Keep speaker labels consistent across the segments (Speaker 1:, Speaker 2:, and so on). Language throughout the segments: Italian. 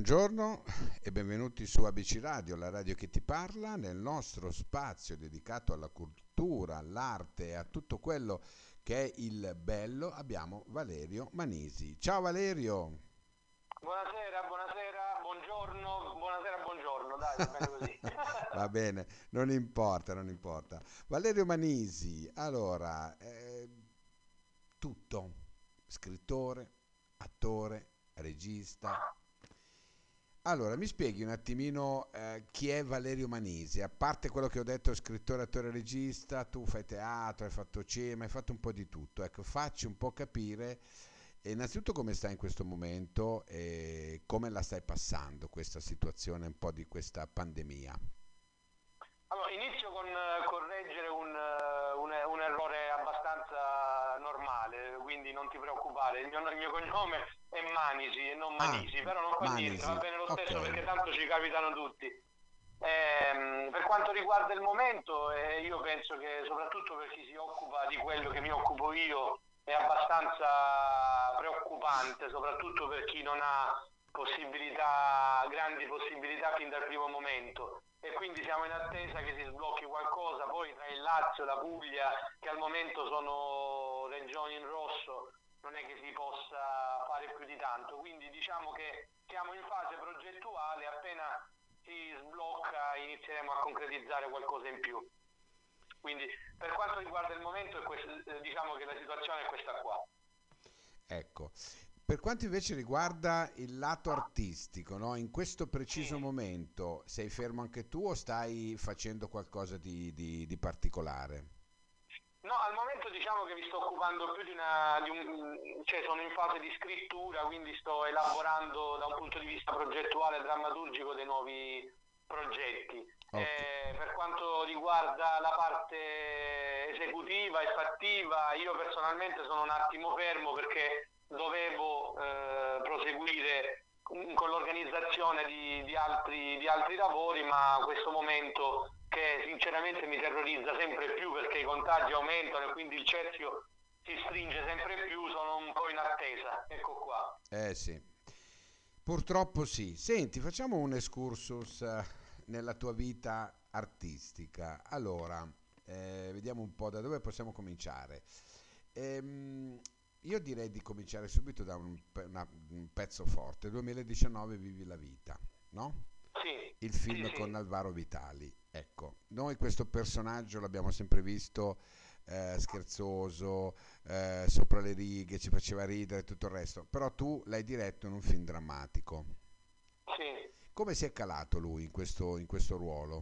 Speaker 1: Buongiorno e benvenuti su ABC Radio, la radio che ti parla, nel nostro spazio dedicato alla cultura, all'arte e a tutto quello che è il bello. Abbiamo Valerio Manisi. Ciao Valerio!
Speaker 2: Buonasera, buonasera, buongiorno, buonasera, buongiorno, dai, va bene così.
Speaker 1: Va bene, non importa, non importa. Valerio Manisi, allora, tutto, scrittore, attore, regista. Allora, mi spieghi un attimino chi è Valerio Manisi? A parte quello che ho detto, scrittore, attore, regista, tu fai teatro, hai fatto cinema, hai fatto un po' di tutto. Ecco, facci un po' capire innanzitutto come stai in questo momento e come la stai passando questa situazione, un po' di questa pandemia.
Speaker 2: Allora, inizio con correggere un errore abbastanza normale, quindi non ti preoccupare, il mio cognome è Manisi e non
Speaker 1: Ah,
Speaker 2: Manisi, però non fa niente, va
Speaker 1: Manisi,
Speaker 2: bene lo
Speaker 1: ok,
Speaker 2: stesso perché tanto ci capitano tutti. Per quanto riguarda il momento, io penso che soprattutto per chi si occupa di quello che mi occupo io è abbastanza preoccupante, soprattutto per chi non ha grandi possibilità fin dal primo momento. E quindi siamo in attesa che si sblocchi qualcosa, poi tra il Lazio e la Puglia, che al momento sono regioni in rosso, non è che si possa fare più di tanto. Quindi diciamo che siamo in fase progettuale, appena si sblocca inizieremo a concretizzare qualcosa in più. Quindi per quanto riguarda il momento diciamo che la situazione è questa qua.
Speaker 1: ecco. Per quanto invece riguarda il lato artistico, no? In questo preciso
Speaker 2: Sì.
Speaker 1: momento sei fermo anche tu o stai facendo qualcosa di particolare?
Speaker 2: No, al momento diciamo che mi sto occupando più cioè sono in fase di scrittura, quindi sto elaborando da un punto di vista progettuale e drammaturgico dei nuovi progetti.
Speaker 1: Ok.
Speaker 2: Per quanto riguarda la parte esecutiva e fattiva, io personalmente sono un attimo fermo perché dovevo proseguire con l'organizzazione di altri lavori, ma questo momento che sinceramente mi terrorizza sempre più perché i contagi aumentano e quindi il cerchio si stringe sempre più, sono un po' in attesa. Ecco qua.
Speaker 1: Eh sì, purtroppo sì. Senti, facciamo un excursus nella tua vita artistica. Allora, vediamo un po' da dove possiamo cominciare. Ehm, io direi di cominciare subito da un pezzo forte. 2019 Vivi la vita, no?
Speaker 2: Sì,
Speaker 1: Il
Speaker 2: sì,
Speaker 1: film con
Speaker 2: sì.
Speaker 1: Alvaro Vitali. Ecco, noi questo personaggio l'abbiamo sempre visto scherzoso, sopra le righe, ci faceva ridere e tutto il resto, però tu l'hai diretto in un film drammatico.
Speaker 2: Sì.
Speaker 1: Come si è calato lui in questo ruolo?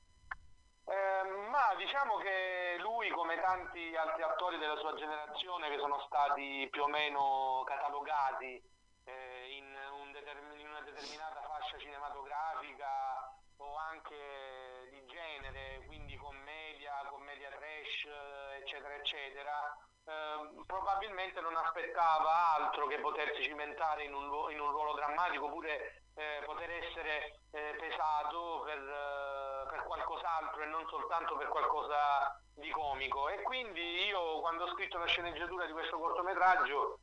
Speaker 2: Ma diciamo che lui, come tanti altri attori della sua generazione che sono stati più o meno catalogati in una determinata fascia cinematografica o anche di genere, quindi commedia, commedia trash, eccetera, eccetera, probabilmente non aspettava altro che potersi cimentare in un ruolo drammatico, oppure poter essere pesato per qualcos'altro e non soltanto per qualcosa di comico. E quindi io, quando ho scritto la sceneggiatura di questo cortometraggio,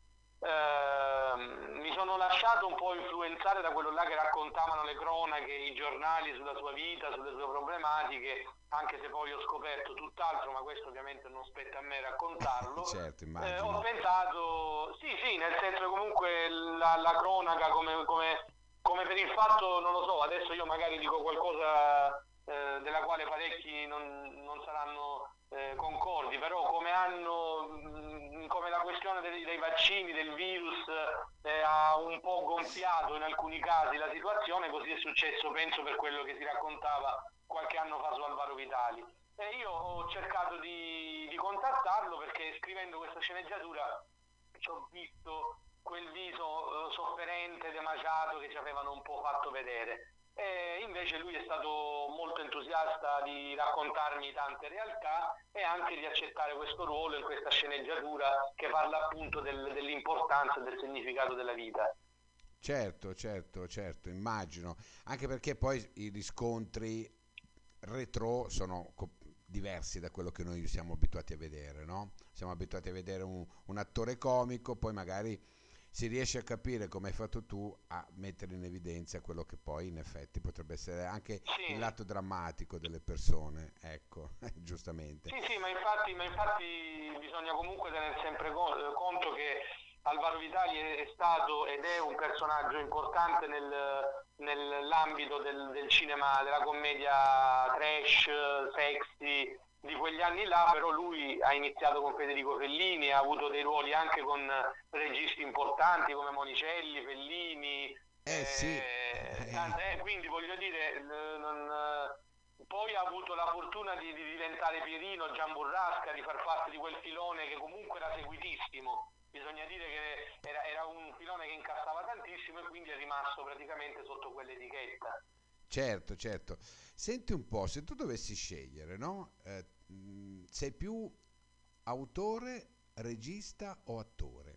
Speaker 2: mi sono lasciato un po' influenzare da quello là che raccontavano le cronache, i giornali sulla sua vita, sulle sue problematiche, anche se poi ho scoperto tutt'altro, ma questo ovviamente non spetta a me raccontarlo.
Speaker 1: Certo,
Speaker 2: Ho
Speaker 1: immagino.
Speaker 2: pensato, sì, sì, nel senso che comunque la cronaca come per il fatto, non lo so, adesso io magari dico qualcosa della quale parecchi non saranno concordi, però come la questione dei vaccini, del virus, ha un po' gonfiato in alcuni casi la situazione, così è successo, penso, per quello che si raccontava qualche anno fa su Alvaro Vitali. E io ho cercato di contattarlo perché scrivendo questa sceneggiatura ci ho visto quel viso sofferente, demaciato che ci avevano un po' fatto vedere. E invece lui è stato molto entusiasta di raccontarmi tante realtà e anche di accettare questo ruolo in questa sceneggiatura che parla appunto dell'importanza e del significato della vita.
Speaker 1: Certo, certo, certo, immagino. Anche perché poi i riscontri retro sono diversi da quello che noi siamo abituati a vedere, no? Siamo abituati a vedere un attore comico, poi magari si riesce a capire, come hai fatto tu, a mettere in evidenza quello che poi in effetti potrebbe essere anche il
Speaker 2: Sì,
Speaker 1: lato drammatico delle persone, ecco, giustamente.
Speaker 2: sì, sì, ma infatti bisogna comunque tener sempre conto che Alvaro Vitali è stato ed è un personaggio importante nell'ambito del cinema, della commedia trash, sexy di quegli anni là, però lui ha iniziato con Federico Fellini, ha avuto dei ruoli anche con registi importanti come Monicelli, Fellini,
Speaker 1: Eh sì,
Speaker 2: quindi voglio dire, poi ha avuto la fortuna di diventare Pierino, Gian Burrasca, di far parte di quel filone che comunque era seguitissimo. Bisogna dire che era un filone che incassava tantissimo e quindi è rimasto praticamente sotto quell'etichetta.
Speaker 1: certo, certo. Senti un po', se tu dovessi scegliere, no? Sei più autore, regista o attore?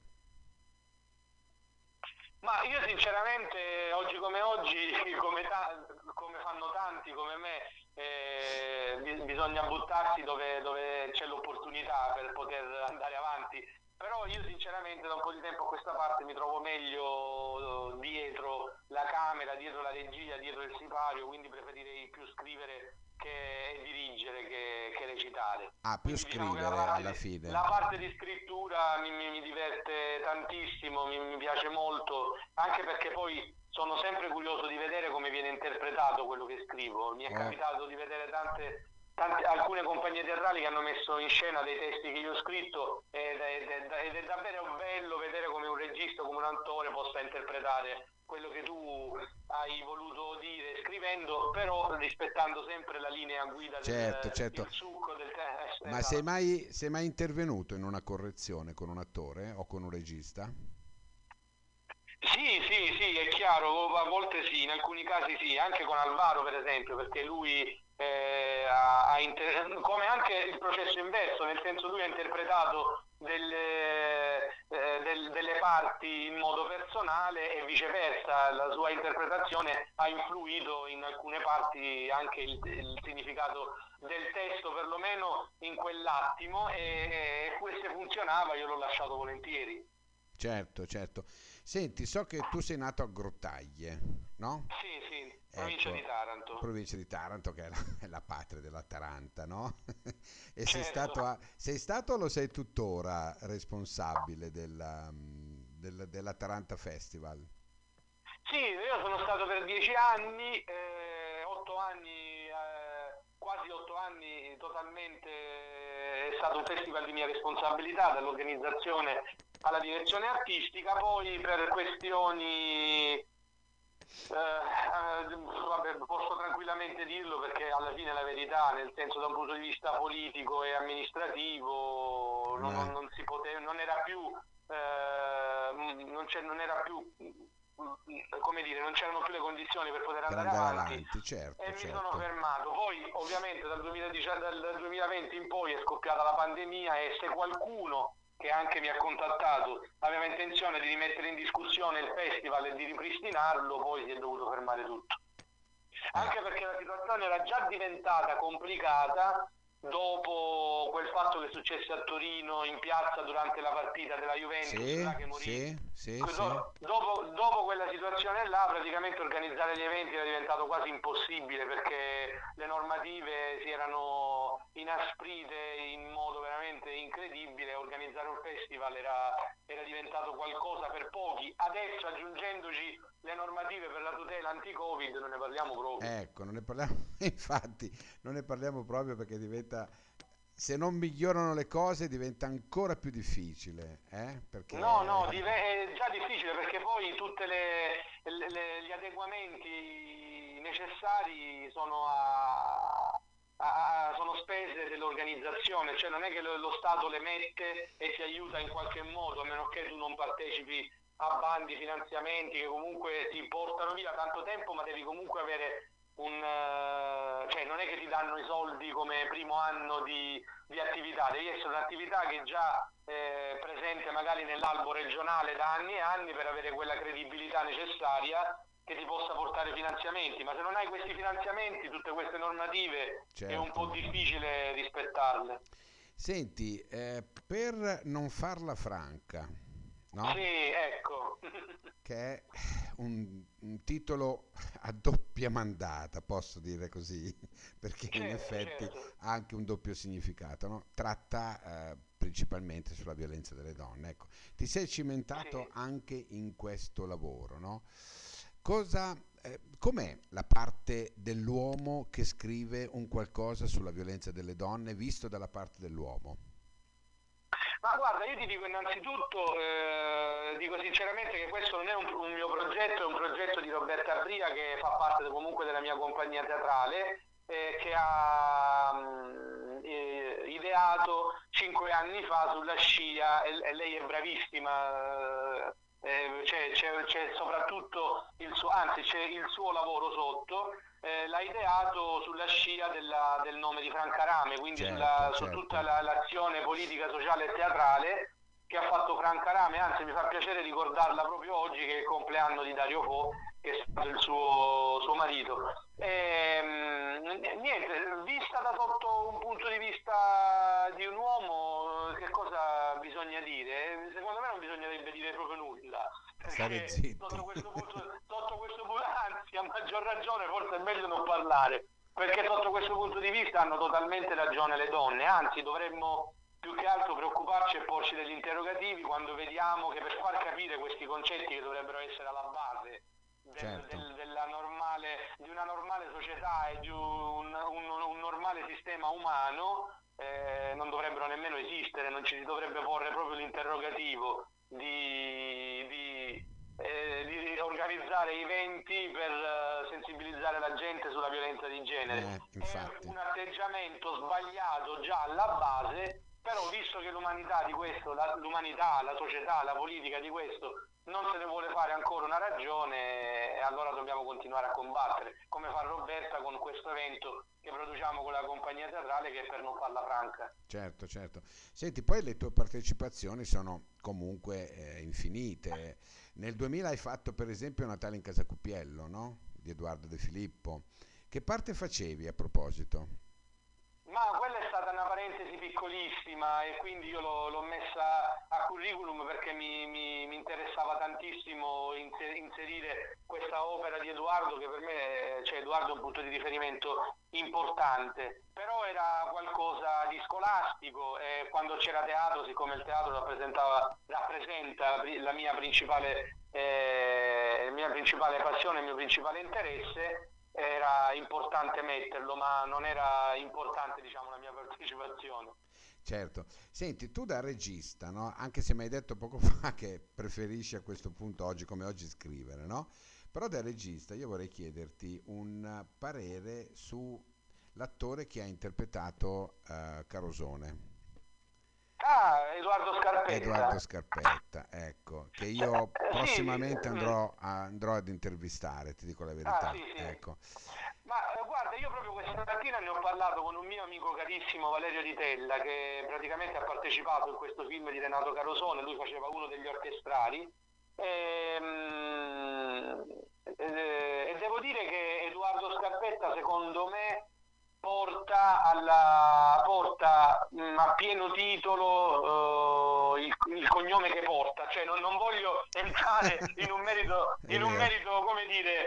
Speaker 2: Ma io sinceramente, oggi come oggi, come fanno tanti come me, bisogna buttarsi dove c'è l'opportunità per poter andare avanti. Però io sinceramente da un po' di tempo a questa parte mi trovo meglio dietro la camera, dietro la regia, dietro il sipario, quindi preferirei più scrivere e dirigere che recitare.
Speaker 1: Ah, più
Speaker 2: Quindi diciamo che
Speaker 1: scrivere alla fine.
Speaker 2: la parte di scrittura mi diverte tantissimo, mi piace molto, anche perché poi sono sempre curioso di vedere come viene interpretato quello che scrivo. Mi è
Speaker 1: Oh,
Speaker 2: capitato di vedere alcune compagnie teatrali che hanno messo in scena dei testi che io ho scritto ed è davvero bello vedere come un regista, come un attore possa interpretare quello che tu hai voluto dire scrivendo, però rispettando sempre la linea guida
Speaker 1: certo, certo.
Speaker 2: il succo del testo.
Speaker 1: Ma
Speaker 2: Esatto.
Speaker 1: sei mai intervenuto in una correzione con un attore o con un regista?
Speaker 2: Sì, sì, sì, è chiaro, a volte sì, in alcuni casi sì, anche con Alvaro per esempio, perché lui come anche il processo inverso, nel senso lui ha interpretato delle parti in modo personale e viceversa, la sua interpretazione ha influito in alcune parti anche il significato del testo, perlomeno in quell'attimo, e se funzionava io l'ho lasciato volentieri.
Speaker 1: Certo, certo. Senti, so che tu sei nato a Grottaglie, no?
Speaker 2: Sì, sì, provincia di
Speaker 1: Ecco,
Speaker 2: Taranto.
Speaker 1: provincia di Taranto, che è è la patria dell'Atalanta, no? E
Speaker 2: Certo.
Speaker 1: sei stato o lo sei tuttora responsabile dell'Atalanta Festival?
Speaker 2: Sì, io sono stato per 10 anni, 8 anni, quasi 8 anni totalmente, è stato un festival di mia responsabilità, dall'organizzazione alla direzione artistica, poi per questioni, vabbè, posso tranquillamente dirlo perché alla fine è la verità, nel senso da un punto di vista politico e amministrativo
Speaker 1: Eh,
Speaker 2: non si poteva, non era più, non era più, come dire, non c'erano più le condizioni per poter
Speaker 1: per
Speaker 2: andare
Speaker 1: andare
Speaker 2: avanti
Speaker 1: avanti, certo,
Speaker 2: e mi sono
Speaker 1: certo.
Speaker 2: fermato. Poi ovviamente dal 2020 in poi è scoppiata la pandemia e se qualcuno che anche mi ha contattato aveva intenzione di rimettere in discussione il festival e di ripristinarlo, poi si è dovuto fermare tutto.
Speaker 1: Eh,
Speaker 2: Anche perché la situazione era già diventata complicata dopo quel fatto che successe a Torino in piazza durante la partita della Juventus,
Speaker 1: sì,
Speaker 2: là che morì.
Speaker 1: sì, sì, sì.
Speaker 2: Dopo quella situazione là, praticamente organizzare gli eventi era diventato quasi impossibile perché le normative si erano inasprite in modo veramente incredibile. Organizzare un festival era diventato qualcosa per pochi. Adesso, aggiungendoci le normative per la tutela anti-Covid, non ne parliamo proprio.
Speaker 1: Ecco, non ne parliamo, infatti, non ne parliamo proprio perché diventa, se non migliorano le cose, diventa ancora più difficile,
Speaker 2: No,
Speaker 1: perché
Speaker 2: no, è già difficile perché poi tutti gli adeguamenti necessari sono sono spese dell'organizzazione, cioè non è che lo Stato le mette e ti aiuta in qualche modo, a meno che tu non partecipi a bandi, finanziamenti che comunque ti portano via tanto tempo, ma devi comunque avere cioè non è che ti danno i soldi come primo anno di attività, devi essere un'attività che è già presente magari nell'albo regionale da anni e anni per avere quella credibilità necessaria che ti possa portare finanziamenti, ma se non hai questi finanziamenti, tutte queste normative è un po'
Speaker 1: certo.
Speaker 2: difficile rispettarle.
Speaker 1: Senti, per non farla franca, no?
Speaker 2: Sì, ecco.
Speaker 1: Che è un titolo a doppia mandata, posso dire così, perché in
Speaker 2: Certo,
Speaker 1: effetti
Speaker 2: certo.
Speaker 1: ha anche un doppio significato, no? Tratta principalmente sulla violenza delle donne. Ecco, ti sei cimentato
Speaker 2: Sì.
Speaker 1: anche in questo lavoro, no? Com'è la parte dell'uomo che scrive un qualcosa sulla violenza delle donne visto dalla parte dell'uomo?
Speaker 2: Ma guarda, io ti dico innanzitutto, dico sinceramente che questo non è un mio progetto, è un progetto di Roberta Bria che fa parte comunque della mia compagnia teatrale, che ha ideato 5 anni fa sulla scia, e lei è bravissima, c'è soprattutto anzi c'è il suo lavoro sotto, l'ha ideato sulla scia del nome di Franca Rame, quindi
Speaker 1: Certo,
Speaker 2: su tutta
Speaker 1: certo.
Speaker 2: l'azione politica, sociale e teatrale che ha fatto Franca Rame, anzi mi fa piacere ricordarla proprio oggi che è il compleanno di Dario Fo, che è stato il suo marito. Niente, vista da sotto un punto di vista di un uomo, che cosa bisogna dire? Secondo me non bisognerebbe dire proprio nulla,
Speaker 1: Stare
Speaker 2: perché
Speaker 1: zitti.
Speaker 2: sotto questo punto, anzi a maggior ragione forse è meglio non parlare, perché sotto questo punto di vista hanno totalmente ragione le donne, anzi dovremmo più che altro preoccuparci e porci degli interrogativi quando vediamo che per far capire questi concetti che dovrebbero essere alla base
Speaker 1: Certo,
Speaker 2: di una normale società e di un normale sistema umano, non dovrebbero nemmeno esistere, non ci si dovrebbe porre proprio l'interrogativo di organizzare eventi per sensibilizzare la gente sulla violenza di genere. È
Speaker 1: infatti.
Speaker 2: un atteggiamento sbagliato già alla base, però visto che l'umanità di questo, l'umanità, la società, la politica di questo non se ne vuole fare ancora una ragione, e allora dobbiamo continuare a combattere, come fa Roberta con questo evento che produciamo con la compagnia teatrale, che è per non farla franca.
Speaker 1: Certo, certo. Senti, poi le tue partecipazioni sono comunque infinite. Nel 2000 hai fatto per esempio Natale in Casa Cupiello, no? Di Edoardo De Filippo. Che parte facevi a proposito?
Speaker 2: Ma quella è stata una parentesi piccolissima e quindi io l'ho messa a curriculum perché mi interessava tantissimo inserire questa opera di Edoardo, che per me, cioè Edoardo è un punto di riferimento importante, però era qualcosa di scolastico e quando c'era teatro, siccome il teatro rappresenta la mia principale passione, il mio principale interesse, era importante metterlo, ma non era importante, diciamo, la mia partecipazione.
Speaker 1: Certo. Senti, tu da regista, no? Anche se mi hai detto poco fa che preferisci a questo punto oggi come oggi scrivere, no? Però da regista io vorrei chiederti un parere sull'attore che ha interpretato Carosone.
Speaker 2: Edoardo Scarpetta.
Speaker 1: Edoardo Scarpetta, ecco, che io
Speaker 2: Sì,
Speaker 1: prossimamente andrò ad intervistare, ti dico la verità,
Speaker 2: sì, sì.
Speaker 1: ecco.
Speaker 2: Ma guarda, io proprio questa mattina ne ho parlato con un mio amico carissimo, Valerio Di Tella, che praticamente ha partecipato in questo film di Renato Carosone, lui faceva uno degli orchestrali. Ehm, e devo dire che Edoardo Scarpetta, secondo me, porta a pieno titolo il cognome che porta, cioè non voglio entrare
Speaker 1: È
Speaker 2: in un
Speaker 1: vero,
Speaker 2: merito, come dire,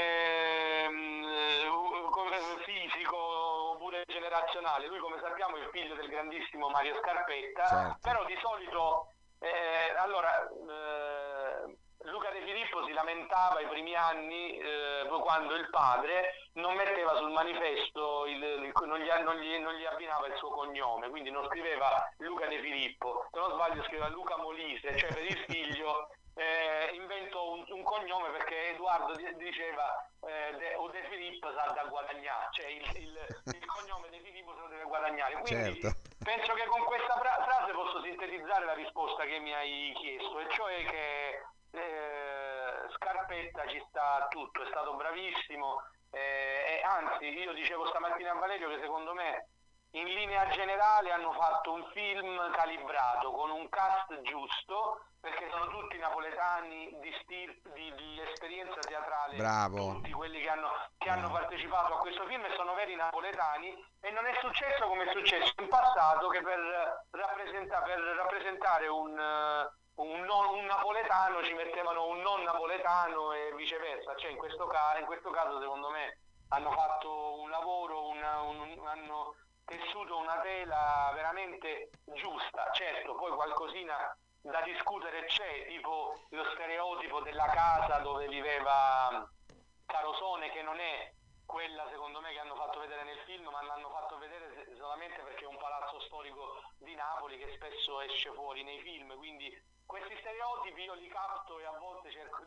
Speaker 2: fisico oppure generazionale. Lui, come sappiamo, è il figlio del grandissimo Mario Scarpetta,
Speaker 1: certo,
Speaker 2: però di solito, allora, Luca De Filippo si lamentava i primi anni, quando il padre non metteva sul manifesto, non gli abbinava il suo cognome, quindi non scriveva Luca De Filippo, se non sbaglio scriveva Luca Molise, cioè per il figlio invento un cognome perché Edoardo diceva o De Filippo sa da guadagnare, cioè il cognome De Filippo se lo deve guadagnare. Quindi
Speaker 1: certo,
Speaker 2: penso che con questa frase posso sintetizzare la risposta che mi hai chiesto, e cioè che Scarpetta ci sta tutto, è stato bravissimo, e anzi io dicevo stamattina a Valerio che secondo me in linea generale hanno fatto un film calibrato con un cast giusto, perché sono tutti napoletani di esperienza teatrale,
Speaker 1: bravo,
Speaker 2: tutti quelli che hanno
Speaker 1: bravo,
Speaker 2: partecipato a questo film e sono veri napoletani, e non è successo come è successo in passato, che per rappresentare un napoletano ci mettevano un non napoletano e viceversa, cioè in questo caso secondo me hanno fatto un lavoro, hanno tessuto una tela veramente giusta. Certo, poi qualcosina da discutere c'è, tipo lo stereotipo della casa dove viveva Carosone, che non è quella secondo me che hanno fatto vedere nel film, ma l'hanno fatto vedere solamente perché è un palazzo storico di Napoli che spesso esce fuori nei film, quindi questi stereotipi io li capto e a volte cerco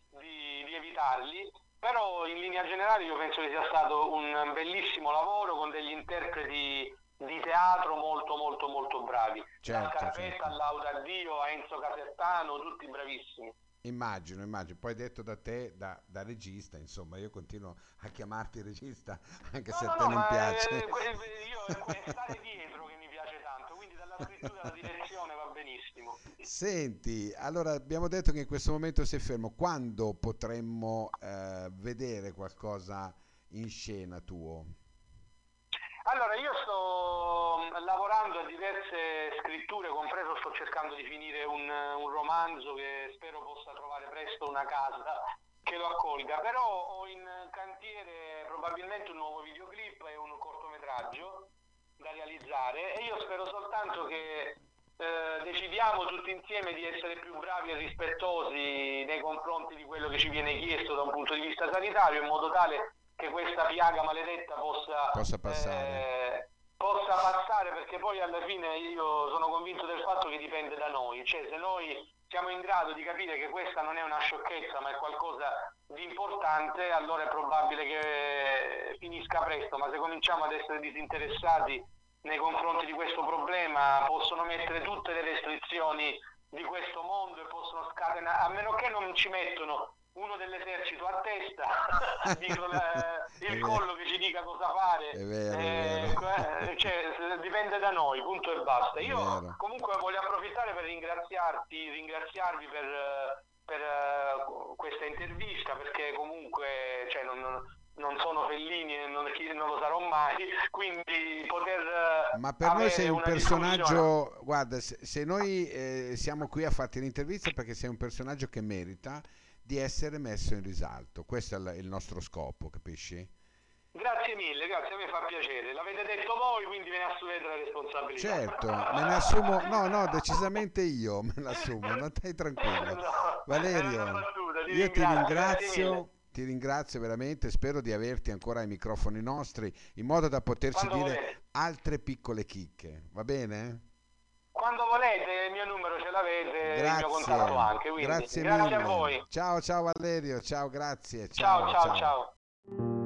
Speaker 2: di evitarli, però in linea generale io penso che sia stato un bellissimo lavoro con degli interpreti di teatro molto molto molto bravi, da
Speaker 1: Certo,
Speaker 2: Scarpetta a
Speaker 1: certo.
Speaker 2: Laura Dio a Enzo Casertano, tutti bravissimi.
Speaker 1: Immagino, immagino. Poi detto da te, da regista, insomma, io continuo a chiamarti regista, anche
Speaker 2: No,
Speaker 1: se a
Speaker 2: no,
Speaker 1: te
Speaker 2: no,
Speaker 1: non
Speaker 2: ma
Speaker 1: piace.
Speaker 2: io è stare dietro che mi piace tanto, quindi dalla scrittura alla direzione va benissimo.
Speaker 1: Senti, allora abbiamo detto che in questo momento sei fermo. Quando potremmo vedere qualcosa in scena tuo?
Speaker 2: Allora, io sto lavorando a diverse scritture, compreso sto cercando di finire un romanzo che spero possa trovare presto una casa che lo accolga, però ho in cantiere probabilmente un nuovo videoclip e un cortometraggio da realizzare e io spero soltanto che decidiamo tutti insieme di essere più bravi e rispettosi nei confronti di quello che ci viene chiesto da un punto di vista sanitario, in modo tale che questa piaga maledetta
Speaker 1: Possa passare?
Speaker 2: possa passare, perché poi alla fine io sono convinto del fatto che dipende da noi, cioè se noi siamo in grado di capire che questa non è una sciocchezza ma è qualcosa di importante, allora è probabile che finisca presto, ma se cominciamo ad essere disinteressati nei confronti di questo problema possono mettere tutte le restrizioni di questo mondo e possono scatenare, a meno che non ci mettono uno dell'esercito a testa dietro
Speaker 1: È
Speaker 2: il
Speaker 1: vero,
Speaker 2: collo che ci dica cosa fare,
Speaker 1: è vero, è vero,
Speaker 2: cioè, dipende da noi, punto e basta.
Speaker 1: è
Speaker 2: Io
Speaker 1: vero.
Speaker 2: comunque voglio approfittare per ringraziarvi per questa intervista, perché comunque cioè, non sono Fellini e non lo sarò mai, quindi poter
Speaker 1: Ma per noi sei
Speaker 2: avere
Speaker 1: un
Speaker 2: una discussione.
Speaker 1: personaggio, guarda, se noi siamo qui a farti l'intervista è perché sei un personaggio che merita di essere messo in risalto. Questo è il nostro scopo, capisci?
Speaker 2: Grazie mille, grazie, a me fa piacere. L'avete detto voi, quindi ve ne assumete la responsabilità.
Speaker 1: Certo, me ne assumo, no, no, decisamente io me l'assumo, non stai tranquillo.
Speaker 2: No, era una
Speaker 1: Valerio,
Speaker 2: battuta,
Speaker 1: io
Speaker 2: grazie mille.
Speaker 1: ti ringrazio veramente, spero di averti ancora ai microfoni nostri, in modo da poterci
Speaker 2: Quando
Speaker 1: dire
Speaker 2: volete.
Speaker 1: altre piccole chicche, va bene?
Speaker 2: Quando volete, il mio numero ce l'avete, il mio contatto
Speaker 1: Grazie,
Speaker 2: anche, quindi
Speaker 1: grazie
Speaker 2: grazie a
Speaker 1: mille.
Speaker 2: voi.
Speaker 1: Ciao, ciao Valerio, ciao, grazie,
Speaker 2: Ciao,
Speaker 1: ciao,
Speaker 2: ciao,
Speaker 1: ciao.
Speaker 2: ciao.